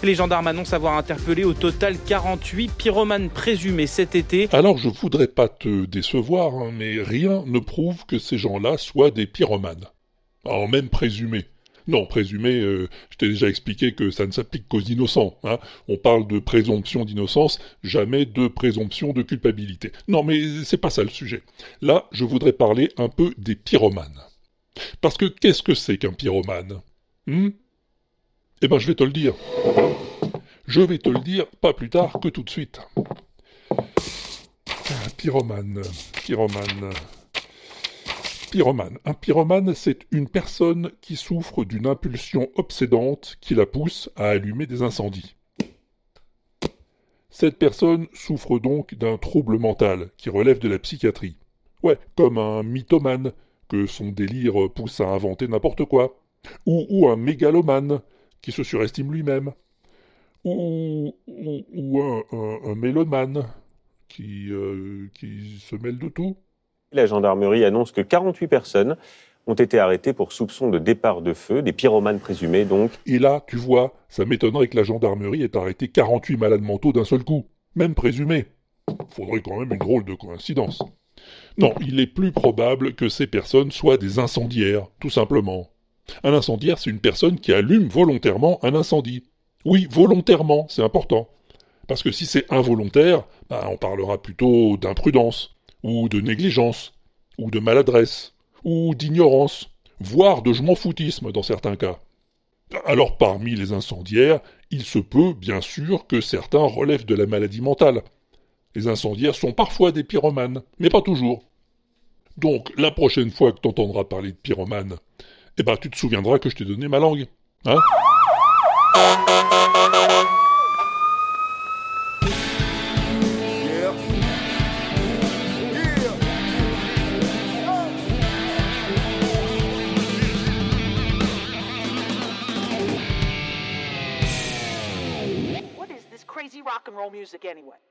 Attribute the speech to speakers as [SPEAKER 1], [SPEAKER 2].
[SPEAKER 1] les gendarmes annoncent avoir interpellé au total 48 pyromanes présumés cet été.
[SPEAKER 2] Alors je voudrais pas te décevoir, mais rien ne prouve que ces gens-là soient des pyromanes. Alors même présumés. Non, présumé, je t'ai déjà expliqué que ça ne s'applique qu'aux innocents. On parle de présomption d'innocence, jamais de présomption de culpabilité. Non, mais c'est pas ça le sujet. Là, je voudrais parler un peu des pyromanes. Parce que qu'est-ce que c'est qu'un pyromane ? Eh ben, je vais te le dire. Je vais te le dire pas plus tard que tout de suite. Pyromane. Un pyromane, c'est une personne qui souffre d'une impulsion obsédante qui la pousse à allumer des incendies. Cette personne souffre donc d'un trouble mental qui relève de la psychiatrie. Ouais, comme un mythomane, que son délire pousse à inventer n'importe quoi. Ou un mégalomane, qui se surestime lui-même. Ou un mélomane, qui se mêle de tout.
[SPEAKER 3] La gendarmerie annonce que 48 personnes ont été arrêtées pour soupçon de départ de feu, des pyromanes présumés donc.
[SPEAKER 2] Et là, tu vois, ça m'étonnerait que la gendarmerie ait arrêté 48 malades mentaux d'un seul coup, même présumés. Faudrait quand même une drôle de coïncidence. Non, il est plus probable que ces personnes soient des incendiaires, tout simplement. Un incendiaire, c'est une personne qui allume volontairement un incendie. Oui, volontairement, c'est important. Parce que si c'est involontaire, on parlera plutôt d'imprudence, ou de négligence, ou de maladresse, ou d'ignorance, voire de je m'en foutisme dans certains cas. Alors parmi les incendiaires, il se peut, bien sûr, que certains relèvent de la maladie mentale. Les incendiaires sont parfois des pyromanes, mais pas toujours. Donc, la prochaine fois que t'entendras parler de pyromane, tu te souviendras que je t'ai donné ma langue.
[SPEAKER 4] What is this crazy rock and roll music anyway?